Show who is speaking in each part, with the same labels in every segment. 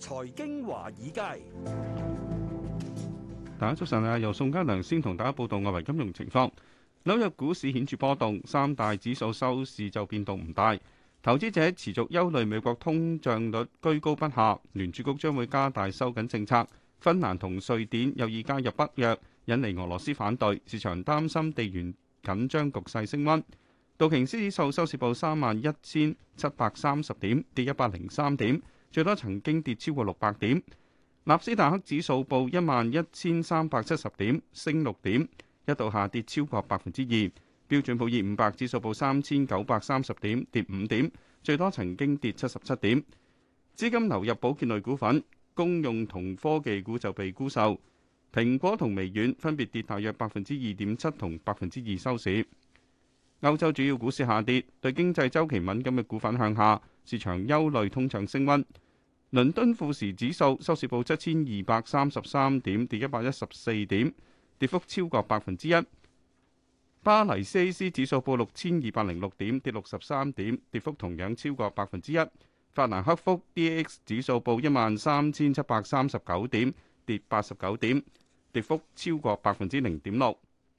Speaker 1: 財經華爾街，
Speaker 2: 大家早晨啊！由宋嘉良先同大家報道外圍金融情況。紐約股市顯著波動，三大指數收市就變動唔大。投資者持續憂慮美國通脹率居高不下，聯儲局將會加大收緊政策。芬蘭同瑞典有意加入北約，引嚟俄羅斯反對，市場擔心地緣緊張局勢升溫。道瓊斯指數收市報31,730點，跌103點，最多曾經跌超過600點。納斯達克指數報11,370點，升6點，一度下跌超過2%。標準普爾500指數報3,930點，跌5點，最多曾經跌77點。資金流入保健類股份，公用同科技股就被沽售。蘋果同微軟分別跌大約2.7%同2%收市。歐洲主要股市下跌，對經濟週期敏感嘅股份向下，市場憂慮通脹升溫。倫敦富時指數收市報7233點，跌114點，跌幅超過1%。巴黎 CAC 指數報6206點，跌63點，跌幅同樣超過1%。法蘭克福 DAX 指數報13739點，跌89點，跌幅超過0.6%。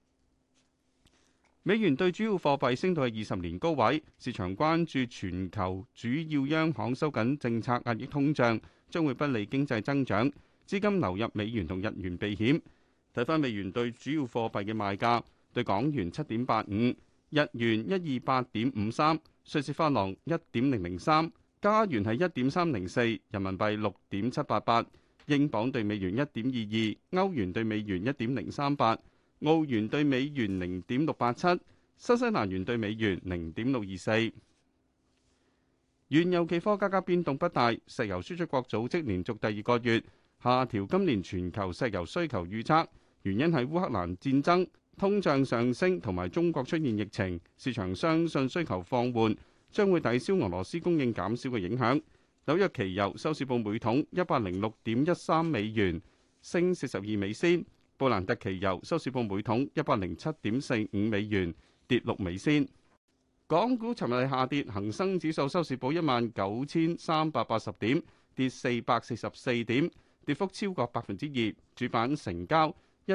Speaker 2: 美元對主要貨幣升到20年高位，市場關注全球主要央行收緊政策壓抑通脹，將會不利經濟增長，資金流入美元同日元避險。睇返美元對主要貨幣嘅賣價，對港元7.85，日元128.53，瑞士法郎1.003，加元係1.304，人民幣6.788，英鎊對美元1.22，歐元對美元1.038。澳元對美元0.687，新西蘭元對美元0.624。原油期貨價格變動不大，石油輸出國組織連續第二個月下調今年全球石油需求預測，原因係烏克蘭戰爭、通脹上升同埋中國出現疫情。市場相信需求放緩將會抵消俄羅斯供應減少嘅影響。紐約期油收市報每桶106.13美元，升42美仙。布蘭特期油收市報每桶107.45美元，跌6美仙。港股尋日係下跌，恒生指數收市報19380點，跌444點，跌幅超過2%。主板成交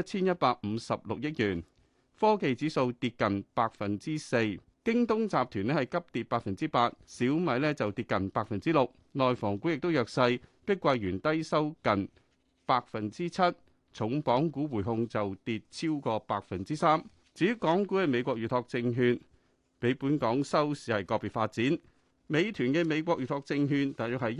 Speaker 2: 1156億元。科技指數跌近4%，京東集團咧係急跌8%，小米咧就跌近6%。內房股亦都弱勢，碧桂園低收近7%。重磅股匯控就跌超過3%。至於港股嘅美國預託證券，比本港收市係個別發展。美團嘅美國預託證券大約係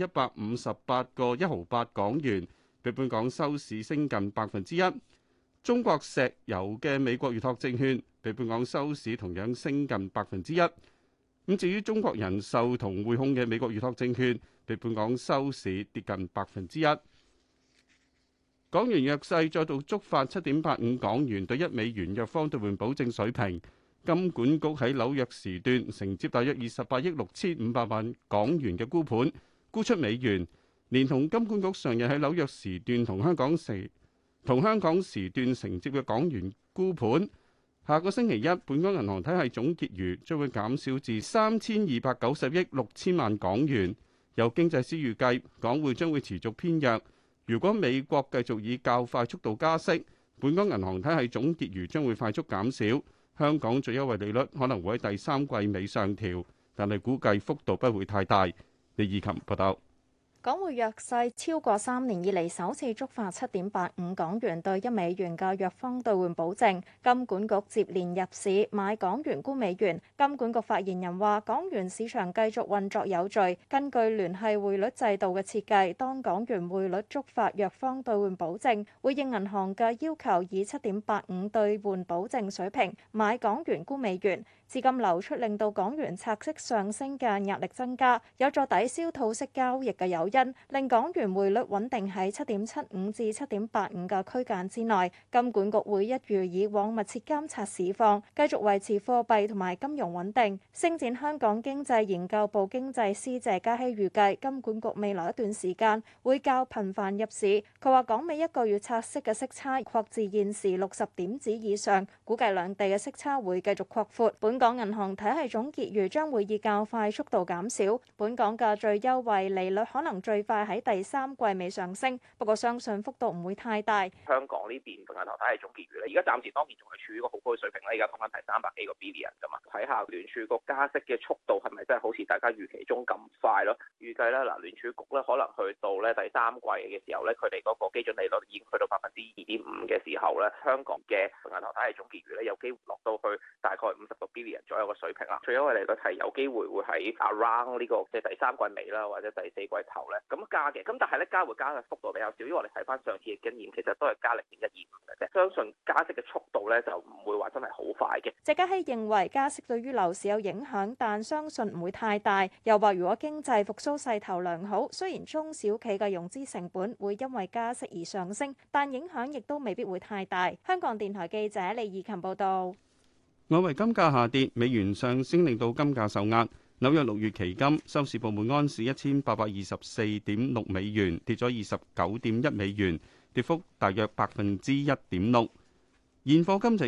Speaker 2: 158.18港元，比本港收市升近1%。中國石油嘅美國預託證券比本港收市同樣升近1%。咁至於中國人壽同匯控嘅美國預託證券比本港收市跌近1%。港元弱勢再度觸發7.85港元對1美元弱方兌換保證水平。金管局喺紐約時段承接大約28億6500萬港元嘅沽盤，沽出美元，連同金管局上日喺紐約時段同香港時段承接嘅港元沽盤。下個星期一，本港銀行體系總結餘將會減少至3290億6千萬港元。有經濟師預計，港匯將會持續偏弱。如果美國繼續以較快速度加息，本港銀行體系總結餘將會快速減少。香港最優惠利率可能會喺第三季尾上調，但係估計幅度不會太大。李義琴報道。
Speaker 3: 港匯弱勢超過3年以嚟首次觸發7.85港元對1美元嘅弱方兌換保證，金管局接連入市買港元沽美元。金管局發言人話：港元市場繼續運作有序，根據聯繫匯率制度嘅設計，當港元匯率觸發弱方兌換保證，會應銀行嘅要求以7.85兌換保證水平買港元沽美元。資金流出令到港元拆息上升嘅壓力增加，有助抵消套息交易嘅誘因，令港元匯率穩定喺7.75至7.85嘅區間之內。金管局會一如以往密切監察市況，繼續維持貨幣同埋金融穩定。星展香港經濟研究部經濟師謝嘉熙預計，金管局未來一段時間會較頻繁入市。佢話港美1個月拆息嘅息差擴至現時60點子以上，估計兩地嘅息差會繼續擴闊。本港銀行體系總結餘將會以較快速度減少，本港嘅最優惠利率可能最快喺第三季尾上升，不過相信幅度唔會太大。
Speaker 1: 香港呢邊銀行體系總結餘咧，而家暫時當然仲係處於一個好高嘅水平啦，而家講緊係300幾個 billion 㗎嘛，睇下聯儲局加息嘅速度係咪真係好似大家預期中咁快咯？預計咧嗱，聯儲局咧可能去到咧第三季嘅時候咧，佢哋嗰個基準利率已經去到2.5%嘅時候咧，香港嘅銀行體系總結餘咧有機會落到去大概50個 billion 左右嘅水平啦。最優惠利率係有機會會喺 around 呢個即係第三季尾啦，或者第四季頭咧咁加嘅。咁但係咧加會加嘅幅度比較少，因為我哋睇翻上次嘅經驗，其實都係加0.125嘅啫。相信加息嘅速度咧就唔會話真係好快嘅。
Speaker 3: 謝家熙認為加息對於樓市有影響，但相信唔會太大。又話如果經濟復甦勢頭良好，雖然中小企嘅融資成本會因為加息而上升，但影響亦都未必會太大。香港電台記者李義琴報道。
Speaker 2: 外圍金價下跌，美元上升令到金價受壓。紐約6月期金收市報每安士1824.6美元，跌咗29.1美元，跌幅大約1.6%。現貨金就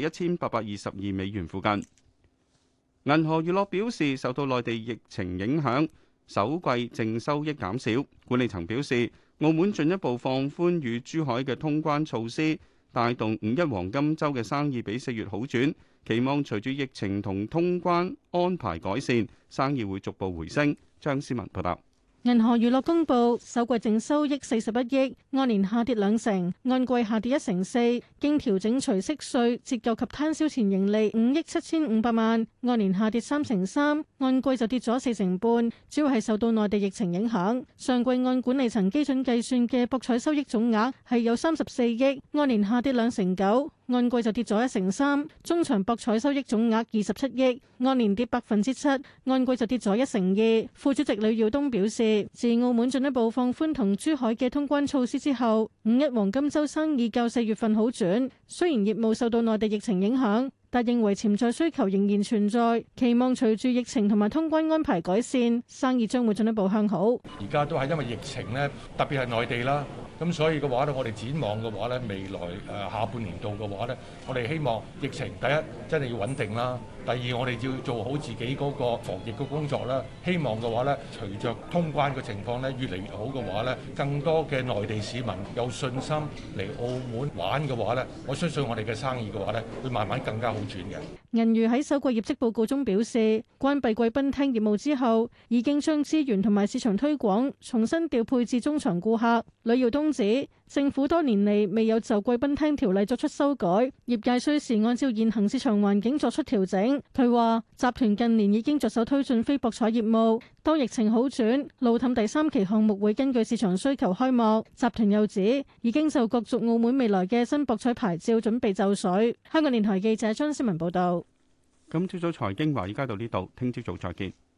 Speaker 2: 1822美元附近。銀河娛樂表示，受到內地疫情影響，首季淨收益減少。管理層表示，澳門進一步放寬與珠海嘅通關措施，帶動5一黃金週嘅生意比4月好轉。期望隨住疫情同通關安排改善，生意會逐步回升。張思文報道。
Speaker 4: 銀河娛樂公佈首季淨收益41億，按年下跌2成，按季下跌1成4。經調整除息稅、折舊及攤銷前盈利5億7500萬，按年下跌3成3，按季就跌咗4成半，主要係受到內地疫情影響。上季按管理層基準計算嘅博彩收益總額係有34億，按年下跌2成9。按季就跌咗1成3，中場博彩收益總額27億，按年跌7%，按季就跌咗1成2。副主席呂耀東表示，自澳門進一步放寬同珠海嘅通關措施之後，5一黃金週生意較4月份好轉。雖然業務受到內地疫情影響，但認為潛在需求仍然存在，期望隨住疫情同埋通關安排改善，生意將會進一步向好。
Speaker 5: 而家都係因為疫情呢，特別係內地啦。咁所以嘅話咧，我哋展望嘅話咧，未來下半年度嘅話咧，我哋希望疫情第一真係要穩定啦，第二我哋要做好自己嗰個防疫嘅工作啦。希望嘅話咧，隨着通關嘅情況咧越嚟越好嘅話咧，更多嘅內地市民有信心嚟澳門玩嘅話咧，我相信我哋嘅生意嘅話咧，會慢慢更加好轉嘅。
Speaker 4: 銀娛喺首季業績報告中表示，關閉貴賓廳業務之後，已經將資源同埋市場推廣重新調配至中場顧客。呂耀東指，政府多年嚟未有就貴賓廳條例作出修改，業界需時按照現行市場環境作出調整。佢話集團近年已經着手推進非博彩業務，當疫情好轉，路氹第3期項目會根據市場需求開幕。集團又指已經就角逐澳門未來嘅新博彩牌照準備就緒。香港電台記者張思文報道。
Speaker 2: 今朝早財經華爾街到呢度，聽朝早再見。